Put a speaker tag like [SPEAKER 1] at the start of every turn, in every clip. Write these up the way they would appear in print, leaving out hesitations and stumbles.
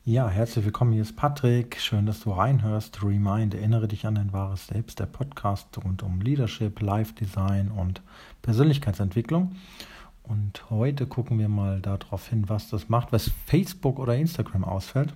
[SPEAKER 1] Ja, herzlich willkommen, hier ist Patrick. Schön, dass du reinhörst. Remind, erinnere dich an dein wahres Selbst, der Podcast rund um Leadership, Life Design und Persönlichkeitsentwicklung. Und heute gucken wir mal darauf hin, was das macht, was Facebook oder Instagram ausfällt.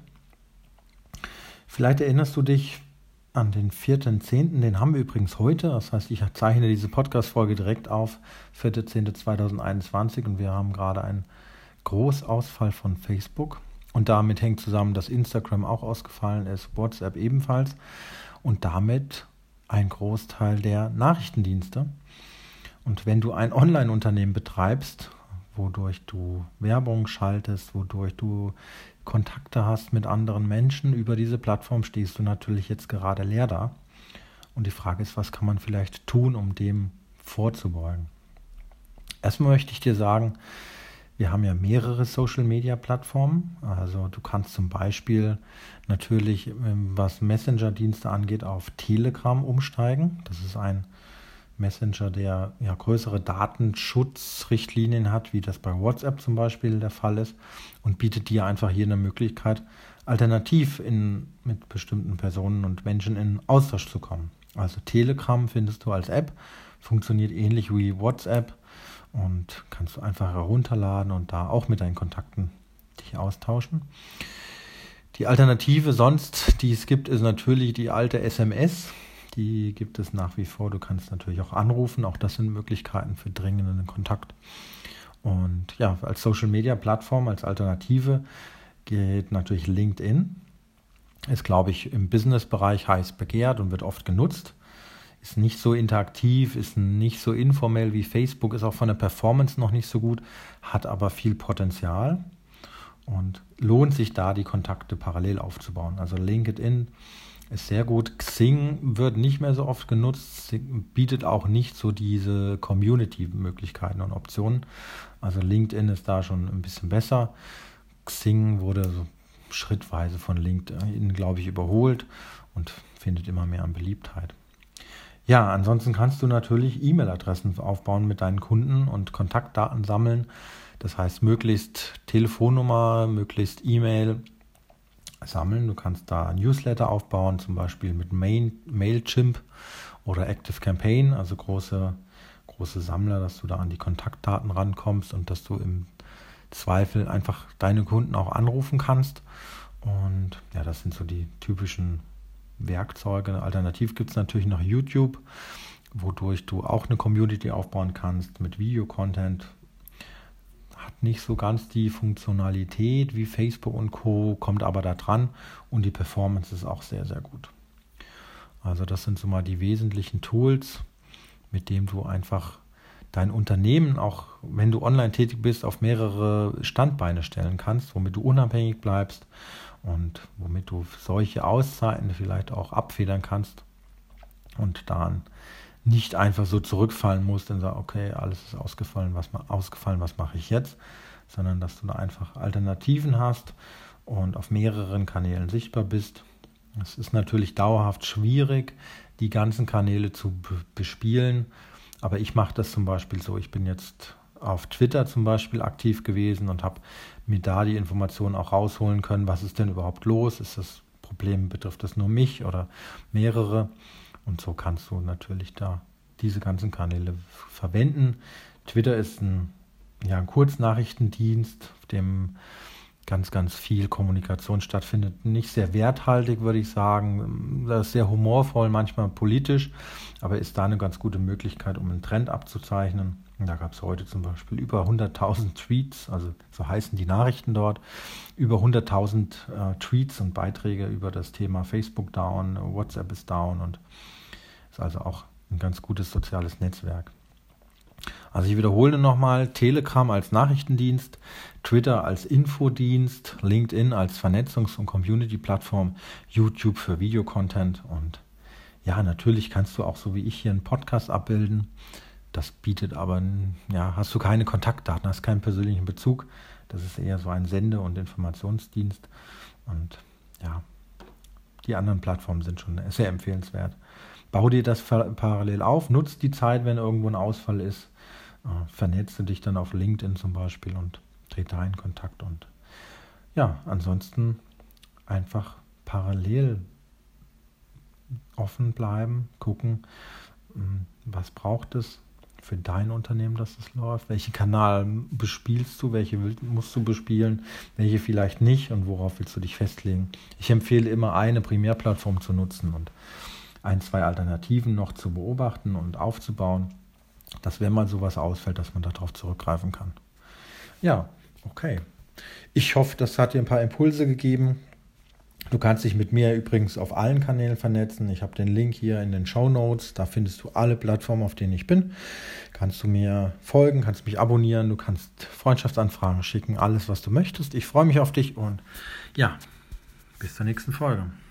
[SPEAKER 1] Vielleicht erinnerst du dich an den 4.10., den haben wir übrigens heute. Das heißt, ich zeichne diese Podcast-Folge direkt auf, 4.10.2021, und wir haben gerade einen Großausfall von Facebook. Und damit hängt zusammen, dass Instagram auch ausgefallen ist, WhatsApp ebenfalls und damit ein Großteil der Nachrichtendienste. Und wenn du ein Online-Unternehmen betreibst, wodurch du Werbung schaltest, wodurch du Kontakte hast mit anderen Menschen über diese Plattform, stehst du natürlich jetzt gerade leer da. Und die Frage ist, was kann man vielleicht tun, um dem vorzubeugen? Erstmal möchte ich dir sagen, wir haben ja mehrere Social-Media-Plattformen. Also du kannst zum Beispiel natürlich, was Messenger-Dienste angeht, auf Telegram umsteigen. Das ist ein Messenger, der ja größere Datenschutzrichtlinien hat, wie das bei WhatsApp zum Beispiel der Fall ist, und bietet dir einfach hier eine Möglichkeit, alternativ mit bestimmten Personen und Menschen in Austausch zu kommen. Also Telegram findest du als App, funktioniert ähnlich wie WhatsApp, und kannst du einfach herunterladen und da auch mit deinen Kontakten dich austauschen. Die Alternative sonst, die es gibt, ist natürlich die alte SMS. Die gibt es nach wie vor. Du kannst natürlich auch anrufen. Auch das sind Möglichkeiten für dringenden Kontakt. Und ja, als Social-Media-Plattform, als Alternative geht natürlich LinkedIn. Ist, glaube ich, im Business-Bereich heiß begehrt und wird oft genutzt. Ist nicht so interaktiv, ist nicht so informell wie Facebook, ist auch von der Performance noch nicht so gut, hat aber viel Potenzial und lohnt sich da, die Kontakte parallel aufzubauen. Also LinkedIn ist sehr gut. Xing wird nicht mehr so oft genutzt, Xing bietet auch nicht so diese Community-Möglichkeiten und Optionen. Also LinkedIn ist da schon ein bisschen besser. Xing wurde so schrittweise von LinkedIn, glaube ich, überholt und findet immer mehr an Beliebtheit. Ja, ansonsten kannst du natürlich E-Mail-Adressen aufbauen mit deinen Kunden und Kontaktdaten sammeln. Das heißt, möglichst Telefonnummer, möglichst E-Mail sammeln. Du kannst da Newsletter aufbauen, zum Beispiel mit Mailchimp oder ActiveCampaign, also große Sammler, dass du da an die Kontaktdaten rankommst und dass du im Zweifel einfach deine Kunden auch anrufen kannst. Und ja, das sind so die typischen Werkzeuge. Alternativ gibt es natürlich noch YouTube, wodurch du auch eine Community aufbauen kannst mit Videocontent. Hat nicht so ganz die Funktionalität wie Facebook und Co., kommt aber da dran und die Performance ist auch sehr, sehr gut. Also das sind so mal die wesentlichen Tools, mit denen du einfach dein Unternehmen, auch wenn du online tätig bist, auf mehrere Standbeine stellen kannst, womit du unabhängig bleibst und womit du solche Auszeiten vielleicht auch abfedern kannst und dann nicht einfach so zurückfallen musst und sagst, okay, alles ist ausgefallen, was mache ich jetzt? Sondern dass du da einfach Alternativen hast und auf mehreren Kanälen sichtbar bist. Es ist natürlich dauerhaft schwierig, die ganzen Kanäle zu bespielen, aber ich mache das zum Beispiel so, ich bin jetzt auf Twitter zum Beispiel aktiv gewesen und habe mir da die Informationen auch rausholen können, was ist denn überhaupt los, ist das Problem, betrifft das nur mich oder mehrere, und so kannst du natürlich da diese ganzen Kanäle verwenden. Twitter ist ein Kurznachrichtendienst, auf dem ganz, ganz viel Kommunikation stattfindet. Nicht sehr werthaltig, würde ich sagen. Das ist sehr humorvoll, manchmal politisch, aber ist da eine ganz gute Möglichkeit, um einen Trend abzuzeichnen. Und da gab es heute zum Beispiel über 100.000 Tweets, also so heißen die Nachrichten dort, über 100.000 Tweets und Beiträge über das Thema Facebook down, WhatsApp ist down, und ist also auch ein ganz gutes soziales Netzwerk. Also ich wiederhole nochmal: Telegram als Nachrichtendienst, Twitter als Infodienst, LinkedIn als Vernetzungs- und Community-Plattform, YouTube für Videocontent, und ja, natürlich kannst du auch so wie ich hier einen Podcast abbilden. Das bietet aber, hast du keine Kontaktdaten, hast keinen persönlichen Bezug. Das ist eher so ein Sende- und Informationsdienst, und ja, die anderen Plattformen sind schon sehr empfehlenswert. Bau dir das parallel auf, nutz die Zeit, wenn irgendwo ein Ausfall ist, vernetze dich dann auf LinkedIn zum Beispiel und trete da in Kontakt. Und ja, ansonsten einfach parallel offen bleiben, gucken, was braucht es für dein Unternehmen, dass es läuft, welchen Kanal bespielst du, welche musst du bespielen, welche vielleicht nicht und worauf willst du dich festlegen. Ich empfehle immer, eine Primärplattform zu nutzen und 1, 2 Alternativen noch zu beobachten und aufzubauen, dass wenn mal sowas ausfällt, dass man darauf zurückgreifen kann. Ja, okay. Ich hoffe, das hat dir ein paar Impulse gegeben. Du kannst dich mit mir übrigens auf allen Kanälen vernetzen. Ich habe den Link hier in den Shownotes. Da findest du alle Plattformen, auf denen ich bin. Kannst du mir folgen, kannst mich abonnieren, du kannst Freundschaftsanfragen schicken, alles, was du möchtest. Ich freue mich auf dich und ja, bis zur nächsten Folge.